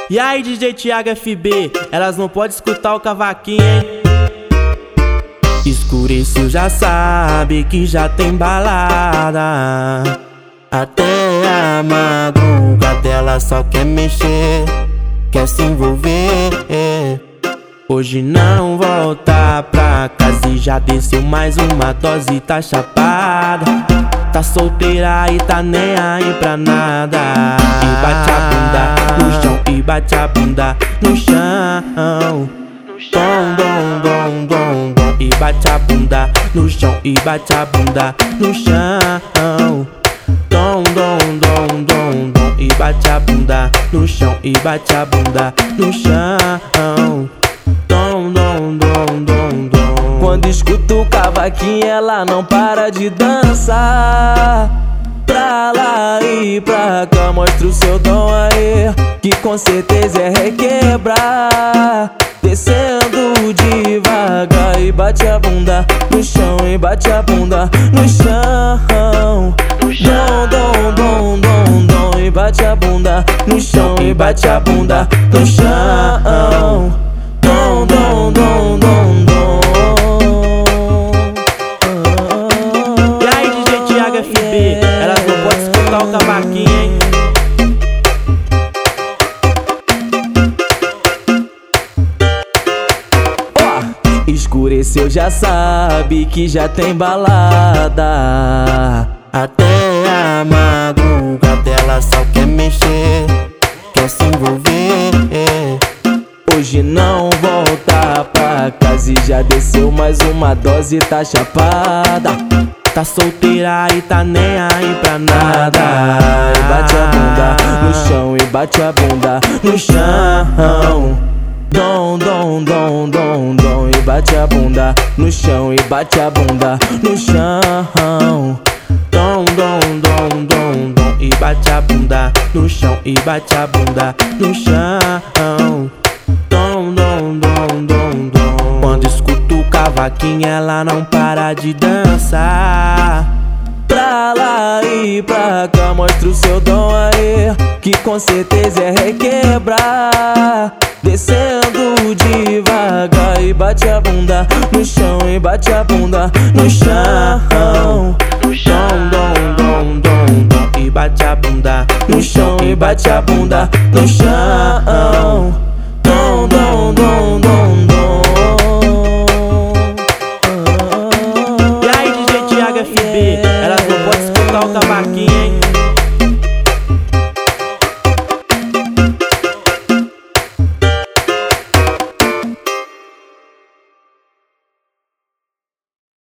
E aí, DJ Thiago FB, elas não podem escutar o cavaquinho, hein? Escureceu, já sabe que já tem balada. Até a madrugada ela só quer mexer, quer se envolver. Hoje não volta pra casa e já desceu mais uma dose, tá chapada. Tá solteira e tá nem aí pra nada. E bate a bunda no chão, e bate a bunda no chão. Dom, dom, dom, dom, dom. E bate a bunda no chão, e bate a bunda no chão. Dom, dom, dom, dom, dom. E bate a bunda no chão, e bate a bunda no chão. Dom, dom, dom, dom, dom. Quando escuto o cavaquinho ela não para de dançar. Pra lá e pra cá, mostra o seu dom aí, que com certeza é requebrar. Descendo devagar e bate a bunda no chão, e bate a bunda no chão. Dom, dom, dom, dom, dom. E bate a bunda no chão, e bate a bunda no chão. Dom, dom, dom, dom, dom. E aí, DJ Thiago FB, elas não podem escutar o cavaquinho, hein? Escureceu, já sabe que já tem balada. Até a madrugada ela só quer mexer, quer se envolver. Hoje não volta pra casa e já desceu mais uma dose, tá chapada. Tá solteira e tá nem aí pra nada. E bate a bunda no chão, e bate a bunda no chão. Dom, dom, dom, dom, dom. E bate a bunda no chão, e bate a bunda no chão. Dom, dom, dom, dom, dom. E bate a bunda no chão, e bate a bunda no chão. Dom, dom, dom, dom, dom. Quando escuto o cavaquinho ela não para de dançar. Pra lá e pra cá, mostra o seu dom aí, que com certeza é requebrar. Descendo devagar e bate a bunda no chão, e bate a bunda no chão. Dom, dom, dom, dom, dom. E bate a bunda no chão, e bate a bunda no chão.